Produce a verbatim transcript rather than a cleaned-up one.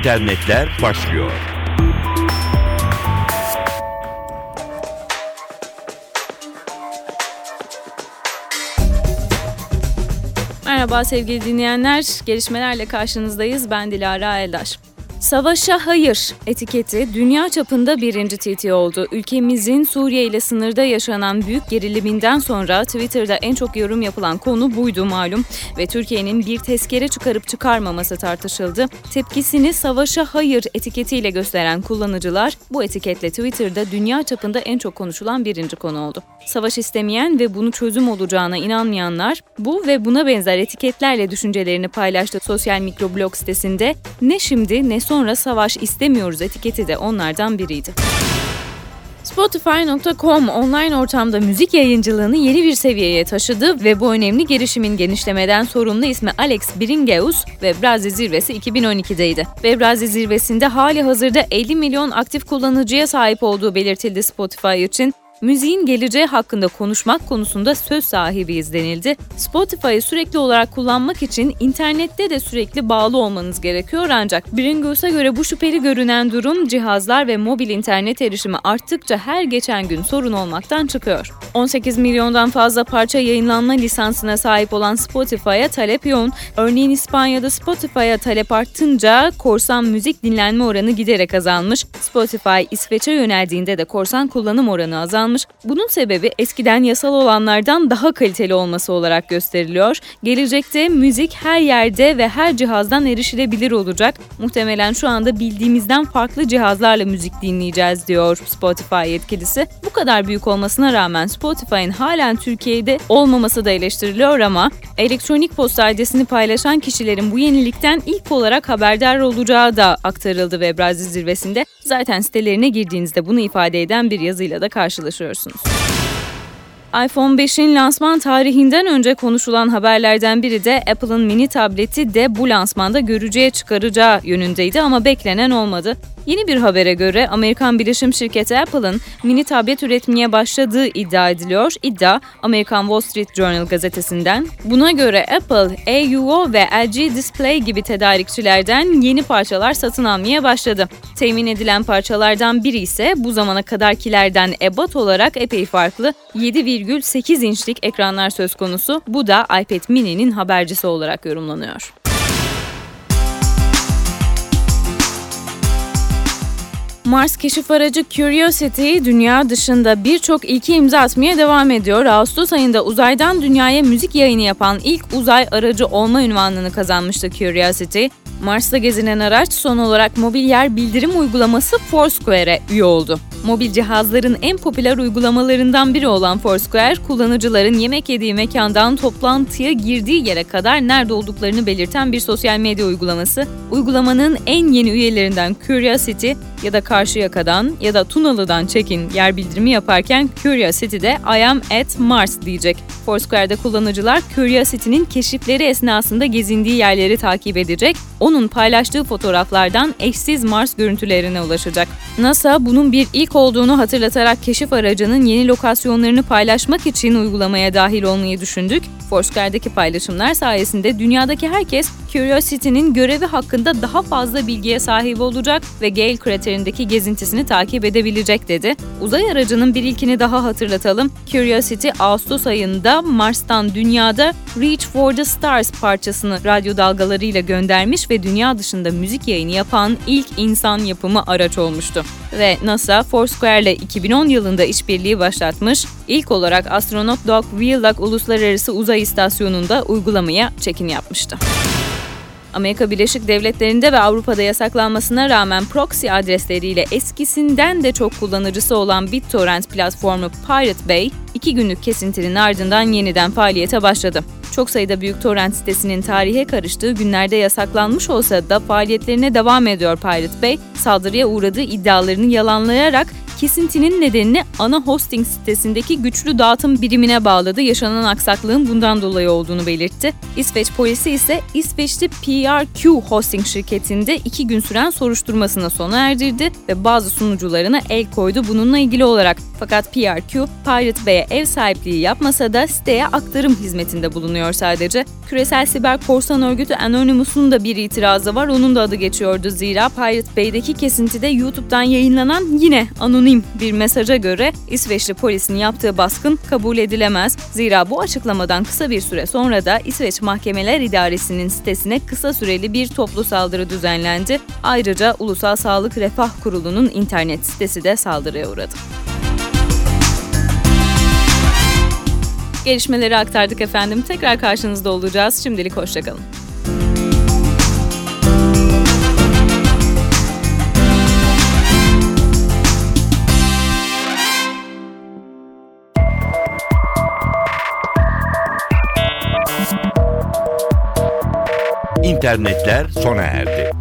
internetler başlıyor. Merhaba sevgili dinleyenler, gelişmelerle karşınızdayız. Ben Dilara Eldaş. Savaşa hayır etiketi dünya çapında birinci T T oldu. Ülkemizin Suriye ile sınırda yaşanan büyük geriliminden sonra Twitter'da en çok yorum yapılan konu buydu malum ve Türkiye'nin bir tezkere çıkarıp çıkarmaması tartışıldı. Tepkisini savaşa hayır etiketiyle gösteren kullanıcılar bu etiketle Twitter'da dünya çapında en çok konuşulan birinci konu oldu. Savaş istemeyen ve bunu çözüm olacağına inanmayanlar bu ve buna benzer etiketlerle düşüncelerini paylaştı sosyal mikroblog sitesinde. Ne şimdi ne sonra savaş istemiyoruz etiketi de onlardan biriydi. Spotify nokta com online ortamda müzik yayıncılığını yeni bir seviyeye taşıdı ve bu önemli girişimin genişlemeden sorumlu ismi Alex Bringeus ve Brazi zirvesi iki bin on ikideydi. Ve Brazi zirvesinde hali hazırda elli milyon aktif kullanıcıya sahip olduğu belirtildi Spotify için. Müziğin geleceği hakkında konuşmak konusunda söz sahibiyiz denildi. Spotify'ı sürekli olarak kullanmak için internette de sürekli bağlı olmanız gerekiyor ancak Bringeus'a göre bu şüpheli görünen durum cihazlar ve mobil internet erişimi arttıkça her geçen gün sorun olmaktan çıkıyor. on sekiz milyondan fazla parça yayınlanma lisansına sahip olan Spotify'a talep yoğun. Örneğin İspanya'da Spotify'a talep arttınca korsan müzik dinlenme oranı giderek azalmış. Spotify İsveç'e yöneldiğinde de korsan kullanım oranı azalmış. Bunun sebebi eskiden yasal olanlardan daha kaliteli olması olarak gösteriliyor. Gelecekte müzik her yerde ve her cihazdan erişilebilir olacak. Muhtemelen şu anda bildiğimizden farklı cihazlarla müzik dinleyeceğiz diyor Spotify yetkilisi. Bu kadar büyük olmasına rağmen Spotify'ın halen Türkiye'de olmaması da eleştiriliyor ama elektronik posta adresini paylaşan kişilerin bu yenilikten ilk olarak haberdar olacağı da aktarıldı ve Brazi zirvesinde. Zaten sitelerine girdiğinizde bunu ifade eden bir yazıyla da karşılaşıyorsunuz. iPhone beşin lansman tarihinden önce konuşulan haberlerden biri de Apple'ın mini tableti de bu lansmanda görücüye çıkaracağı yönündeydi ama beklenen olmadı. Yeni bir habere göre Amerikan bilişim şirketi Apple'ın mini tablet üretmeye başladığı iddia ediliyor. İddia Amerikan Wall Street Journal gazetesinden. Buna göre Apple, A U O ve L G Display gibi tedarikçilerden yeni parçalar satın almaya başladı. Temin edilen parçalardan biri ise bu zamana kadarkilerden ebat olarak epey farklı yedi virgül sekiz inçlik ekranlar söz konusu. Bu da iPad mini'nin habercisi olarak yorumlanıyor. Mars keşif aracı Curiosity, dünya dışında birçok ilke imza atmaya devam ediyor. Ağustos ayında uzaydan dünyaya müzik yayını yapan ilk uzay aracı olma unvanını kazanmıştı Curiosity. Mars'ta gezinen araç son olarak mobil yer bildirim uygulaması Foursquare'e üye oldu. Mobil cihazların en popüler uygulamalarından biri olan Foursquare, kullanıcıların yemek yediği mekandan toplantıya girdiği yere kadar nerede olduklarını belirten bir sosyal medya uygulaması. Uygulamanın en yeni üyelerinden Curiosity ya da Karşıyaka'dan ya da Tunalı'dan check-in yer bildirimi yaparken Curiosity'de I am at Mars diyecek. Foursquare'da kullanıcılar Curiosity'nin keşifleri esnasında gezindiği yerleri takip edecek, onun paylaştığı fotoğraflardan eşsiz Mars görüntülerine ulaşacak. NASA bunun bir ilk olduğunu hatırlatarak keşif aracının yeni lokasyonlarını paylaşmak için uygulamaya dahil olmayı düşündük. Foursquare'daki paylaşımlar sayesinde dünyadaki herkes Curiosity'nin görevi hakkında daha fazla bilgiye sahip olacak ve Gale kraterindeki gezintisini takip edebilecek dedi. Uzay aracının bir ilkini daha hatırlatalım. Curiosity Ağustos ayında Mars'tan dünyada Reach for the Stars parçasını radyo dalgalarıyla göndermiş ve dünya dışında müzik yayını yapan ilk insan yapımı araç olmuştu. Ve NASA, Foursquare ile iki bin on yılında işbirliği başlatmış, ilk olarak astronot Doug Wheelock Uluslararası Uzay İstasyonu'nda uygulamaya check-in yapmıştı. Amerika Birleşik Devletleri'nde ve Avrupa'da yasaklanmasına rağmen proxy adresleriyle eskisinden de çok kullanıcısı olan BitTorrent platformu Pirate Bay, iki günlük kesintinin ardından yeniden faaliyete başladı. Çok sayıda büyük torrent sitesinin tarihe karıştığı günlerde yasaklanmış olsa da faaliyetlerine devam ediyor Pirate Bay. Saldırıya uğradığı iddialarını yalanlayarak kesintinin nedenini ana hosting sitesindeki güçlü dağıtım birimine bağladı. Yaşanan aksaklığın bundan dolayı olduğunu belirtti. İsveç polisi ise İsveçli P R Q hosting şirketinde iki gün süren soruşturmasına sona erdirdi ve bazı sunucularına el koydu bununla ilgili olarak. Fakat P R Q, Pirate Bay'e ev sahipliği yapmasa da siteye aktarım hizmetinde bulunuyor sadece. Küresel siber korsan örgütü Anonymous'un da bir itirazı var. Onun da adı geçiyordu zira Pirate Bay'deki kesintide YouTube'dan yayınlanan yine anonim bir mesaja göre İsveçli polisin yaptığı baskın kabul edilemez. Zira bu açıklamadan kısa bir süre sonra da İsveç Mahkemeler İdaresi'nin sitesine kısa süreli bir toplu saldırı düzenlendi. Ayrıca Ulusal Sağlık Refah Kurulu'nun internet sitesi de saldırıya uğradı. Gelişmeleri aktardık efendim. Tekrar karşınızda olacağız. Şimdilik hoşça kalın. İnternetler sona erdi.